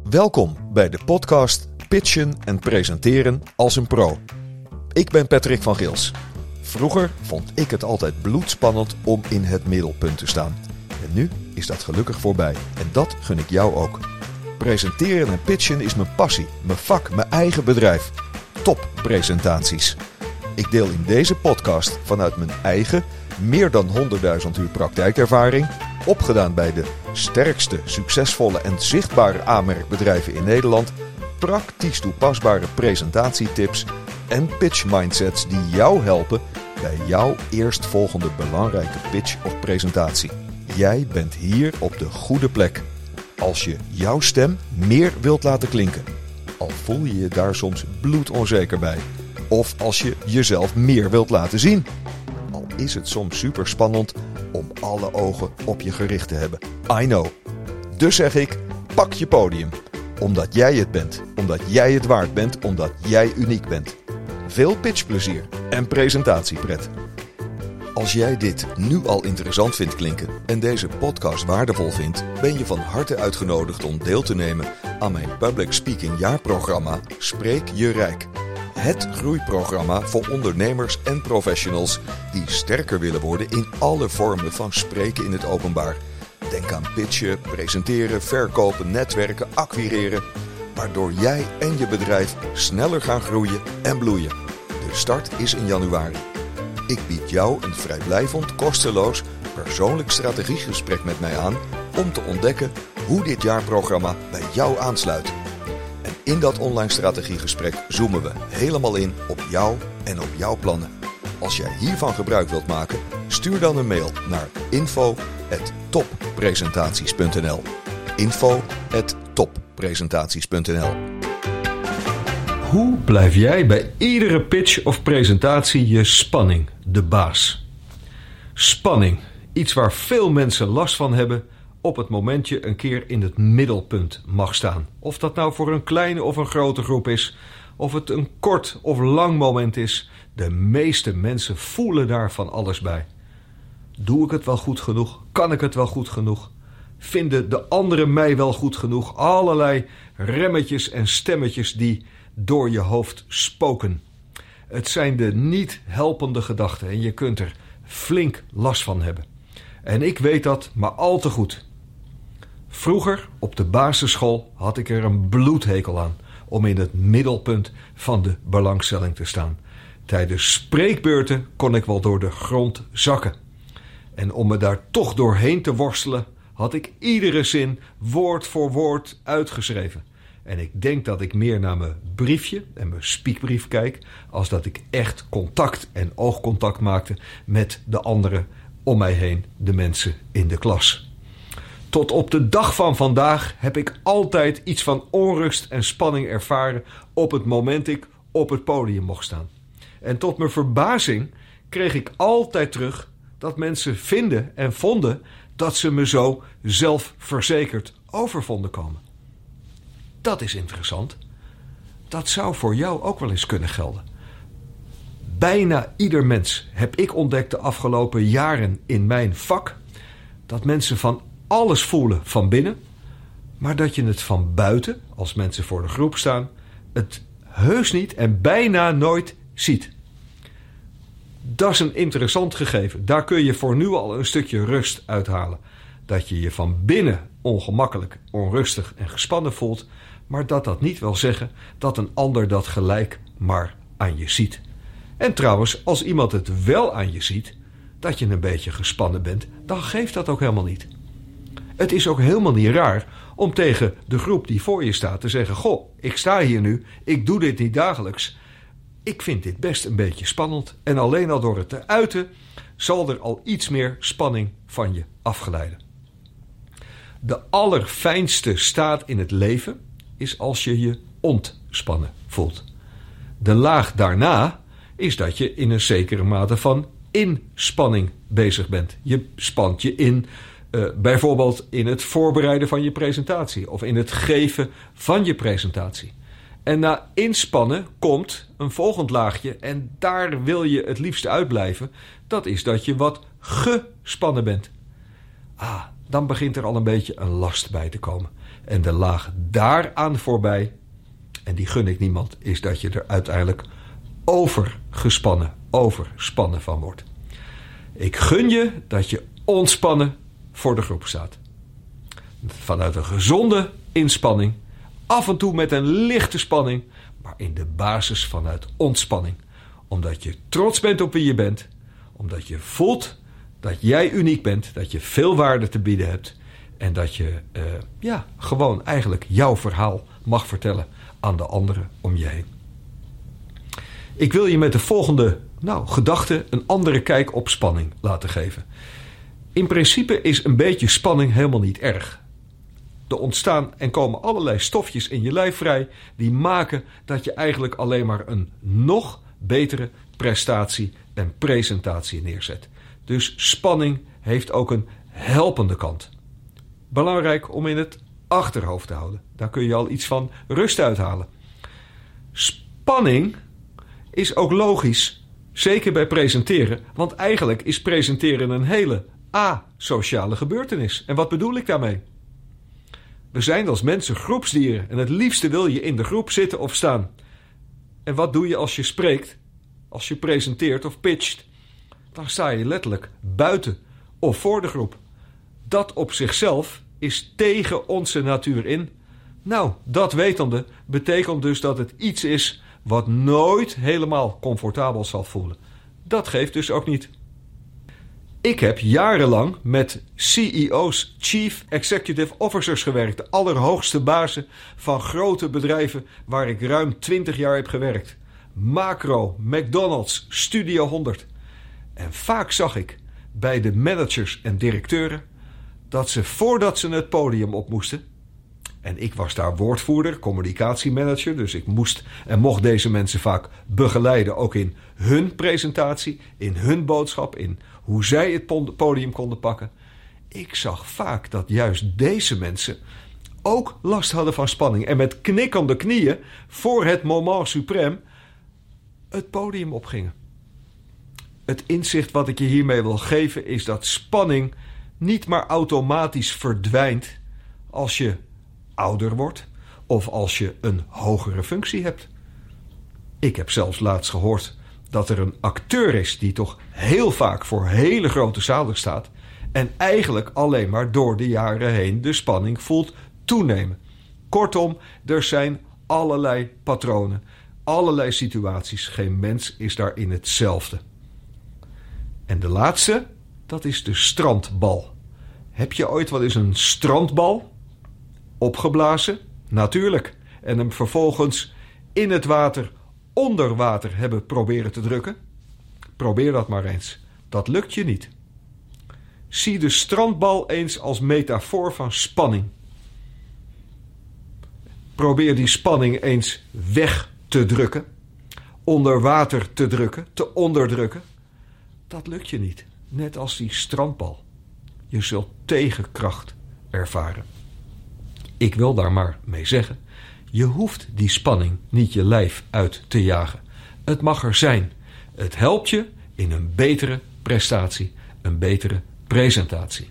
Welkom bij de podcast Pitchen en Presenteren als een pro. Ik ben Patrick van Gils. Vroeger vond ik het altijd bloedspannend om in het middelpunt te staan. En nu is dat gelukkig voorbij. En dat gun ik jou ook. Presenteren en pitchen is mijn passie, mijn vak, mijn eigen bedrijf. Toppresentaties. Ik deel in deze podcast vanuit mijn eigen, meer dan 100.000 uur praktijkervaring, opgedaan bij de sterkste, succesvolle en zichtbare aanmerkbedrijven in Nederland, praktisch toepasbare presentatietips en pitch mindsets die jou helpen bij jouw eerstvolgende belangrijke pitch of presentatie. Jij bent hier op de goede plek. Als je jouw stem meer wilt laten klinken, al voel je je daar soms bloedonzeker bij. Of als je jezelf meer wilt laten zien. Al is het soms super spannend om alle ogen op je gericht te hebben. I know. Dus zeg ik, pak je podium. Omdat jij het bent. Omdat jij het waard bent. Omdat jij uniek bent. Veel pitchplezier en presentatiepret. Als jij dit nu al interessant vindt klinken en deze podcast waardevol vindt, ben je van harte uitgenodigd om deel te nemen aan mijn Public Speaking jaarprogramma Spreek je Rijk. Het groeiprogramma voor ondernemers en professionals die sterker willen worden in alle vormen van spreken in het openbaar. Denk aan pitchen, presenteren, verkopen, netwerken, acquireren, waardoor jij en je bedrijf sneller gaan groeien en bloeien. De start is in januari. Ik bied jou een vrijblijvend, kosteloos, persoonlijk strategiegesprek met mij aan om te ontdekken hoe dit jaarprogramma bij jou aansluit. En in dat online strategiegesprek zoomen we helemaal in op jou en op jouw plannen. Als jij hiervan gebruik wilt maken, stuur dan een mail naar info@toppresentaties.nl. info@toppresentaties.nl. Hoe blijf jij bij iedere pitch of presentatie je spanning de baas? Spanning, iets waar veel mensen last van hebben op het moment je een keer in het middelpunt mag staan. Of dat nou voor een kleine of een grote groep is, of het een kort of lang moment is, de meeste mensen voelen daar van alles bij. Doe ik het wel goed genoeg? Kan ik het wel goed genoeg? Vinden de anderen mij wel goed genoeg? Allerlei remmetjes en stemmetjes die door je hoofd spoken. Het zijn de niet helpende gedachten en je kunt er flink last van hebben. En ik weet dat maar al te goed. Vroeger op de basisschool had ik er een bloedhekel aan om in het middelpunt van de belangstelling te staan. Tijdens spreekbeurten kon ik wel door de grond zakken. En om me daar toch doorheen te worstelen, had ik iedere zin woord voor woord uitgeschreven. En ik denk dat ik meer naar mijn briefje en mijn speakbrief kijk, als dat ik echt contact en oogcontact maakte met de anderen om mij heen, de mensen in de klas. Tot op de dag van vandaag heb ik altijd iets van onrust en spanning ervaren op het moment ik op het podium mocht staan. En tot mijn verbazing kreeg ik altijd terug dat mensen vinden en vonden dat ze me zo zelfverzekerd over vonden komen. Dat is interessant. Dat zou voor jou ook wel eens kunnen gelden. Bijna ieder mens heb ik ontdekt de afgelopen jaren in mijn vak, dat mensen van alles voelen van binnen, maar dat je het van buiten, als mensen voor de groep staan, het heus niet en bijna nooit ziet. Dat is een interessant gegeven. Daar kun je voor nu al een stukje rust uithalen. Dat je je van binnen ongemakkelijk, onrustig en gespannen voelt, maar dat niet wil zeggen dat een ander dat gelijk maar aan je ziet. En trouwens, als iemand het wel aan je ziet, dat je een beetje gespannen bent, dan geeft dat ook helemaal niet. Het is ook helemaal niet raar om tegen de groep die voor je staat te zeggen: goh, ik sta hier nu, ik doe dit niet dagelijks. Ik vind dit best een beetje spannend en alleen al door het te uiten zal er al iets meer spanning van je afgeleiden. De allerfijnste staat in het leven is als je je ontspannen voelt. De laag daarna is dat je in een zekere mate van inspanning bezig bent. Je spant je in, bijvoorbeeld in het voorbereiden van je presentatie of in het geven van je presentatie. En na inspannen komt een volgend laagje en daar wil je het liefst uitblijven. Dat is dat je wat gespannen bent. Dan begint er al een beetje een last bij te komen. En de laag daaraan voorbij, en die gun ik niemand, is dat je er uiteindelijk overspannen van wordt. Ik gun je dat je ontspannen voor de groep staat. Vanuit een gezonde inspanning, af en toe met een lichte spanning, maar in de basis vanuit ontspanning. Omdat je trots bent op wie je bent, omdat je voelt dat jij uniek bent, dat je veel waarde te bieden hebt en dat je gewoon eigenlijk jouw verhaal mag vertellen aan de anderen om je heen. Ik wil je met de volgende gedachte een andere kijk op spanning laten geven. In principe is een beetje spanning helemaal niet erg. Er ontstaan en komen allerlei stofjes in je lijf vrij die maken dat je eigenlijk alleen maar een nog betere prestatie en presentatie neerzet. Dus spanning heeft ook een helpende kant. Belangrijk om in het achterhoofd te houden. Daar kun je al iets van rust uithalen. Spanning is ook logisch, zeker bij presenteren, want eigenlijk is presenteren een hele asociale gebeurtenis. En wat bedoel ik daarmee? We zijn als mensen groepsdieren en het liefste wil je in de groep zitten of staan. En wat doe je als je spreekt, als je presenteert of pitcht? Dan sta je letterlijk buiten of voor de groep. Dat op zichzelf is tegen onze natuur in. Dat wetende betekent dus dat het iets is wat nooit helemaal comfortabel zal voelen. Dat geeft dus ook niet. Ik heb jarenlang met CEO's, Chief Executive Officers gewerkt. De allerhoogste bazen van grote bedrijven waar ik ruim 20 jaar heb gewerkt. Macro, McDonald's, Studio 100. En vaak zag ik bij de managers en directeuren dat ze voordat ze het podium op moesten, en ik was daar woordvoerder, communicatiemanager, dus ik moest en mocht deze mensen vaak begeleiden, ook in hun presentatie, in hun boodschap, in hoe zij het podium konden pakken. Ik zag vaak dat juist deze mensen ook last hadden van spanning en met knikkende knieën voor het moment suprême het podium opgingen. Het inzicht wat ik je hiermee wil geven is dat spanning niet maar automatisch verdwijnt als je ouder wordt of als je een hogere functie hebt. Ik heb zelfs laatst gehoord dat er een acteur is die toch heel vaak voor hele grote zalen staat en eigenlijk alleen maar door de jaren heen de spanning voelt toenemen. Kortom, er zijn allerlei patronen, allerlei situaties. Geen mens is daarin hetzelfde. En de laatste, dat is de strandbal. Heb je ooit wel eens een strandbal opgeblazen? Natuurlijk. En hem vervolgens in het water, onder water hebben proberen te drukken? Probeer dat maar eens. Dat lukt je niet. Zie de strandbal eens als metafoor van spanning. Probeer die spanning eens weg te drukken. Onder water te drukken, te onderdrukken. Dat lukt je niet. Net als die strandbal. Je zult tegenkracht ervaren. Ik wil daar maar mee zeggen, je hoeft die spanning niet je lijf uit te jagen. Het mag er zijn. Het helpt je in een betere prestatie, een betere presentatie.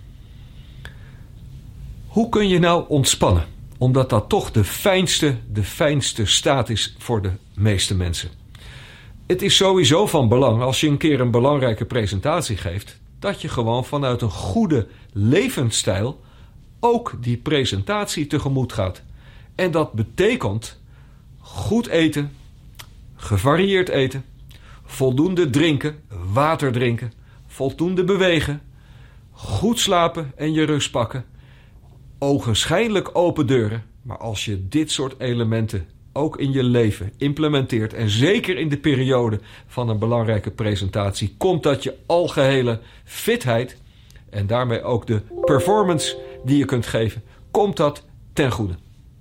Hoe kun je nou ontspannen? Omdat dat toch de fijnste staat is voor de meeste mensen. Het is sowieso van belang als je een keer een belangrijke presentatie geeft, dat je gewoon vanuit een goede levensstijl ook die presentatie tegemoet gaat. En dat betekent goed eten, gevarieerd eten, voldoende drinken, water drinken, voldoende bewegen, goed slapen en je rust pakken, ogenschijnlijk open deuren. Maar als je dit soort elementen ook in je leven implementeert en zeker in de periode van een belangrijke presentatie, komt dat je algehele fitheid en daarmee ook de performance die je kunt geven, komt dat ten goede.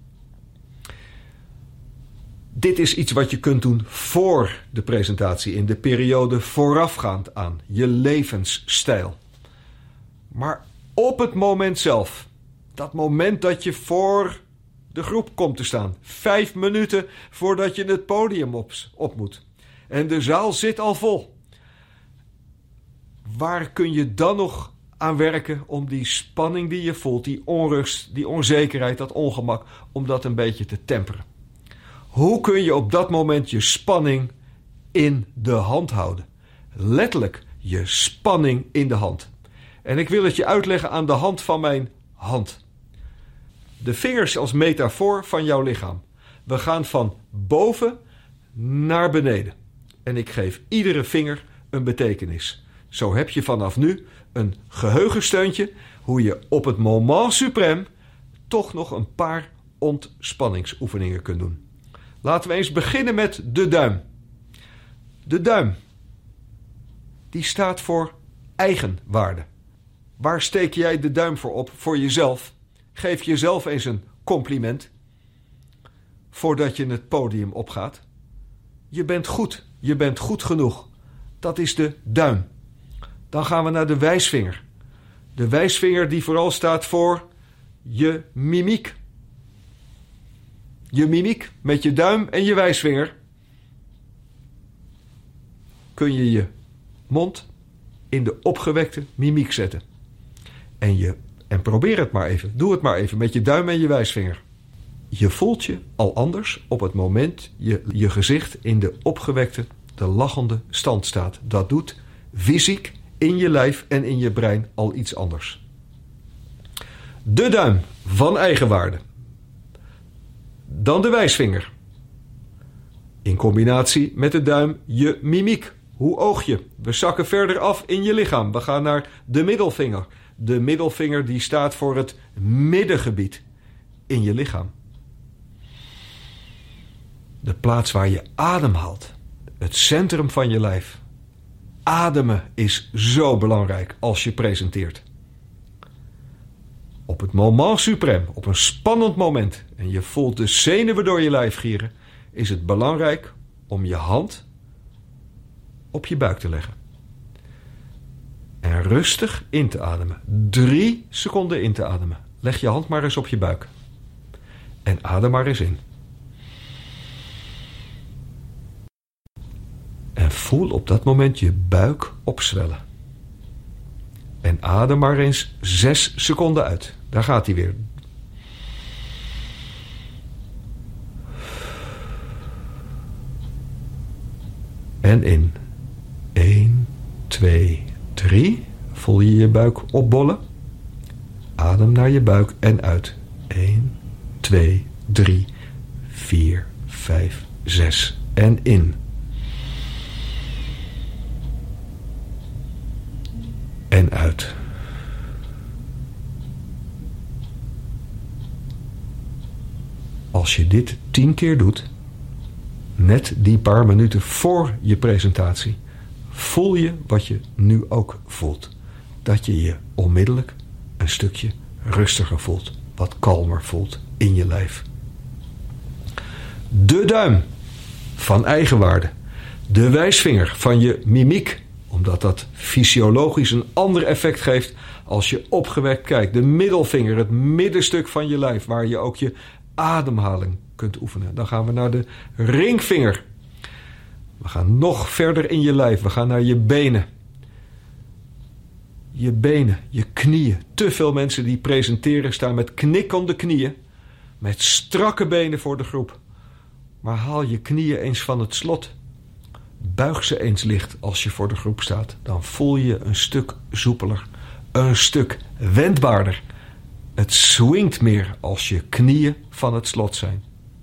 Dit is iets wat je kunt doen voor de presentatie, in de periode voorafgaand aan je levensstijl. Maar op het moment zelf, dat moment dat je voor de groep komt te staan, 5 minuten voordat je het podium op moet. En de zaal zit al vol. Waar kun je dan nog aan werken om die spanning die je voelt, die onrust, die onzekerheid, dat ongemak, om dat een beetje te temperen. Hoe kun je op dat moment je spanning in de hand houden? Letterlijk, je spanning in de hand. En ik wil het je uitleggen aan de hand van mijn hand. De vingers als metafoor van jouw lichaam. We gaan van boven naar beneden. En ik geef iedere vinger een betekenis. Zo heb je vanaf nu een geheugensteuntje hoe je op het moment suprême toch nog een paar ontspanningsoefeningen kunt doen. Laten we eens beginnen met de duim. De duim, die staat voor eigenwaarde. Waar steek jij de duim voor op? Voor jezelf. Geef jezelf eens een compliment voordat je het podium opgaat. Je bent goed. Je bent goed genoeg. Dat is de duim. Dan gaan we naar de wijsvinger. De wijsvinger die vooral staat voor je mimiek. Je mimiek met je duim en je wijsvinger kun je je mond in de opgewekte mimiek zetten. En probeer het maar even. Doe het maar even met je duim en je wijsvinger. Je voelt je al anders op het moment je gezicht in de opgewekte, de lachende stand staat. Dat doet fysiek in je lijf en in je brein al iets anders. De duim van eigenwaarde. Dan de wijsvinger. In combinatie met de duim je mimiek. Hoe oog je? We zakken verder af in je lichaam. We gaan naar de middelvinger. De middelvinger die staat voor het middengebied in je lichaam. De plaats waar je ademhaalt. Het centrum van je lijf. Ademen is zo belangrijk als je presenteert. Op het moment suprême, op een spannend moment, en je voelt de zenuwen door je lijf gieren, is het belangrijk om je hand op je buik te leggen. En rustig in te ademen. 3 seconden in te ademen. Leg je hand maar eens op je buik. En adem maar eens in. En voel op dat moment je buik opzwellen. En adem maar eens 6 seconden uit. Daar gaat hij weer. En in. 1, 2, 3. Voel je je buik opbollen. Adem naar je buik en uit. 1, 2, 3, 4, 5, 6. En in. En uit. Als je dit 10 keer doet, net die paar minuten voor je presentatie, voel je wat je nu ook voelt. Dat je je onmiddellijk een stukje rustiger voelt, wat kalmer voelt in je lijf. De duim van eigenwaarde. De wijsvinger van je mimiek, omdat dat fysiologisch een ander effect geeft als je opgewekt kijkt. De middelvinger, het middenstuk van je lijf, waar je ook je ademhaling kunt oefenen. Dan gaan we naar de ringvinger. We gaan nog verder in je lijf. We gaan naar je benen. Je benen, je knieën. Te veel mensen die presenteren staan met knikkende knieën. Met strakke benen voor de groep. Maar haal je knieën eens van het slot. Buig ze eens licht als je voor de groep staat. Dan voel je een stuk soepeler. Een stuk wendbaarder. Het swingt meer als je knieën van het slot zijn.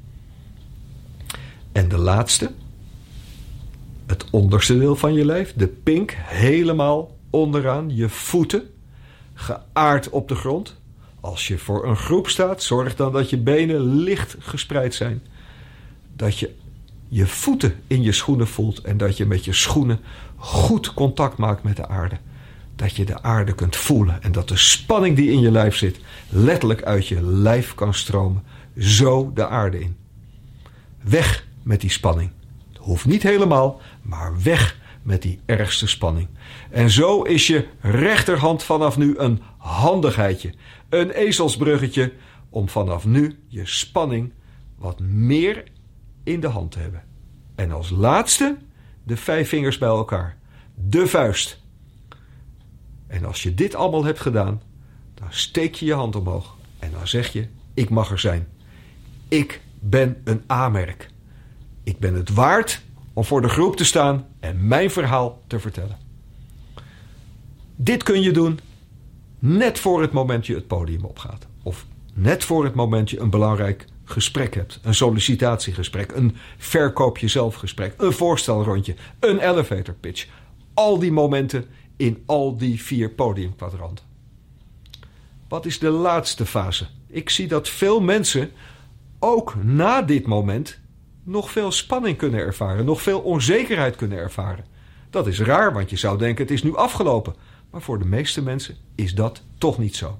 En de laatste. Het onderste deel van je lijf. De pink. Helemaal onderaan. Je voeten. Geaard op de grond. Als je voor een groep staat. Zorg dan dat je benen licht gespreid zijn. Dat je je voeten in je schoenen voelt. En dat je met je schoenen goed contact maakt met de aarde. Dat je de aarde kunt voelen. En dat de spanning die in je lijf zit letterlijk uit je lijf kan stromen. Zo de aarde in. Weg met die spanning. Het hoeft niet helemaal, maar weg met die ergste spanning. En zo is je rechterhand vanaf nu een handigheidje. Een ezelsbruggetje om vanaf nu je spanning wat meer in de hand te hebben. En als laatste de 5 vingers bij elkaar. De vuist. En als je dit allemaal hebt gedaan, dan steek je je hand omhoog. En dan zeg je, ik mag er zijn. Ik ben een A-merk. Ik ben het waard om voor de groep te staan en mijn verhaal te vertellen. Dit kun je doen net voor het moment je het podium opgaat. Of net voor het moment je een belangrijk gesprek hebt. Een sollicitatiegesprek, een verkoop jezelf gesprek, een voorstelrondje, een elevator pitch. Al die momenten in al die 4 podiumkwadranten. Wat is de laatste fase? Ik zie dat veel mensen ook na dit moment nog veel spanning kunnen ervaren, nog veel onzekerheid kunnen ervaren. Dat is raar, want je zou denken het is nu afgelopen. Maar voor de meeste mensen is dat toch niet zo.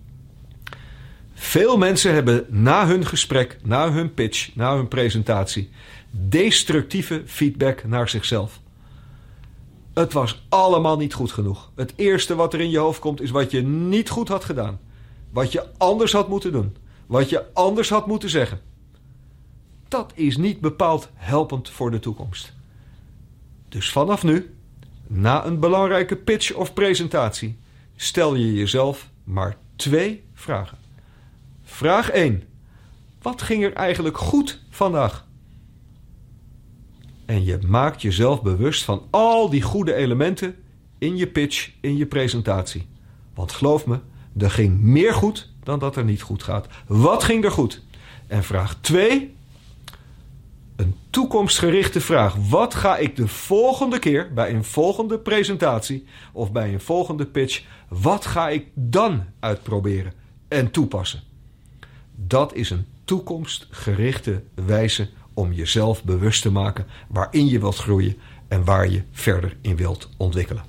Veel mensen hebben na hun gesprek, na hun pitch, na hun presentatie destructieve feedback naar zichzelf. Het was allemaal niet goed genoeg. Het eerste wat er in je hoofd komt is wat je niet goed had gedaan. Wat je anders had moeten doen. Wat je anders had moeten zeggen. Dat is niet bepaald helpend voor de toekomst. Dus vanaf nu, na een belangrijke pitch of presentatie, stel je jezelf maar 2 vragen. Vraag 1. Wat ging er eigenlijk goed vandaag? En je maakt jezelf bewust van al die goede elementen in je pitch, in je presentatie. Want geloof me, er ging meer goed dan dat er niet goed gaat. Wat ging er goed? En vraag 2. Een toekomstgerichte vraag. Wat ga ik de volgende keer bij een volgende presentatie of bij een volgende pitch, wat ga ik dan uitproberen en toepassen? Dat is een toekomstgerichte wijze om jezelf bewust te maken waarin je wilt groeien en waar je verder in wilt ontwikkelen.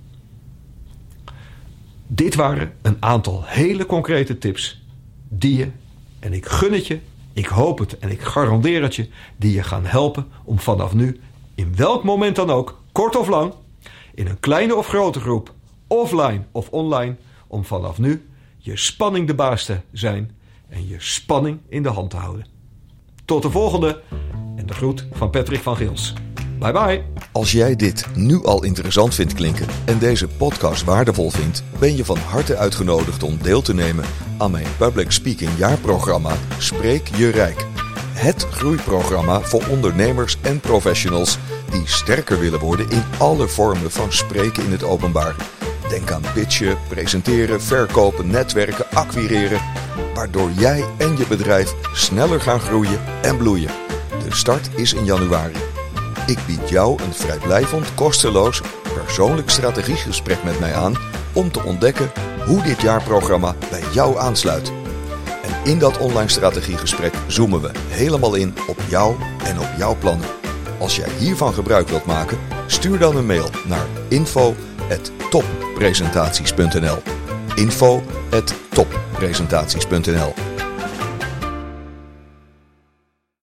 Dit waren een aantal hele concrete tips die je, en ik gun het je, ik hoop het en ik garandeer het je, die je gaan helpen om vanaf nu, in welk moment dan ook, kort of lang, in een kleine of grote groep, offline of online, om vanaf nu je spanning de baas te zijn en je spanning in de hand te houden. Tot de volgende en de groet van Patrick van Gils. Bye bye. Als jij dit nu al interessant vindt klinken en deze podcast waardevol vindt, ben je van harte uitgenodigd om deel te nemen aan mijn Public Speaking jaarprogramma Spreek je Rijk. Het groeiprogramma voor ondernemers en professionals die sterker willen worden in alle vormen van spreken in het openbaar. Denk aan pitchen, presenteren, verkopen, netwerken, acquireren, waardoor jij en je bedrijf sneller gaan groeien en bloeien. De start is in januari. Ik bied jou een vrijblijvend, kosteloos, persoonlijk strategiegesprek met mij aan om te ontdekken hoe dit jaarprogramma bij jou aansluit. En in dat online strategiegesprek zoomen we helemaal in op jou en op jouw plannen. Als jij hiervan gebruik wilt maken, stuur dan een mail naar info@toppresentaties.nl. info@toppresentaties.nl.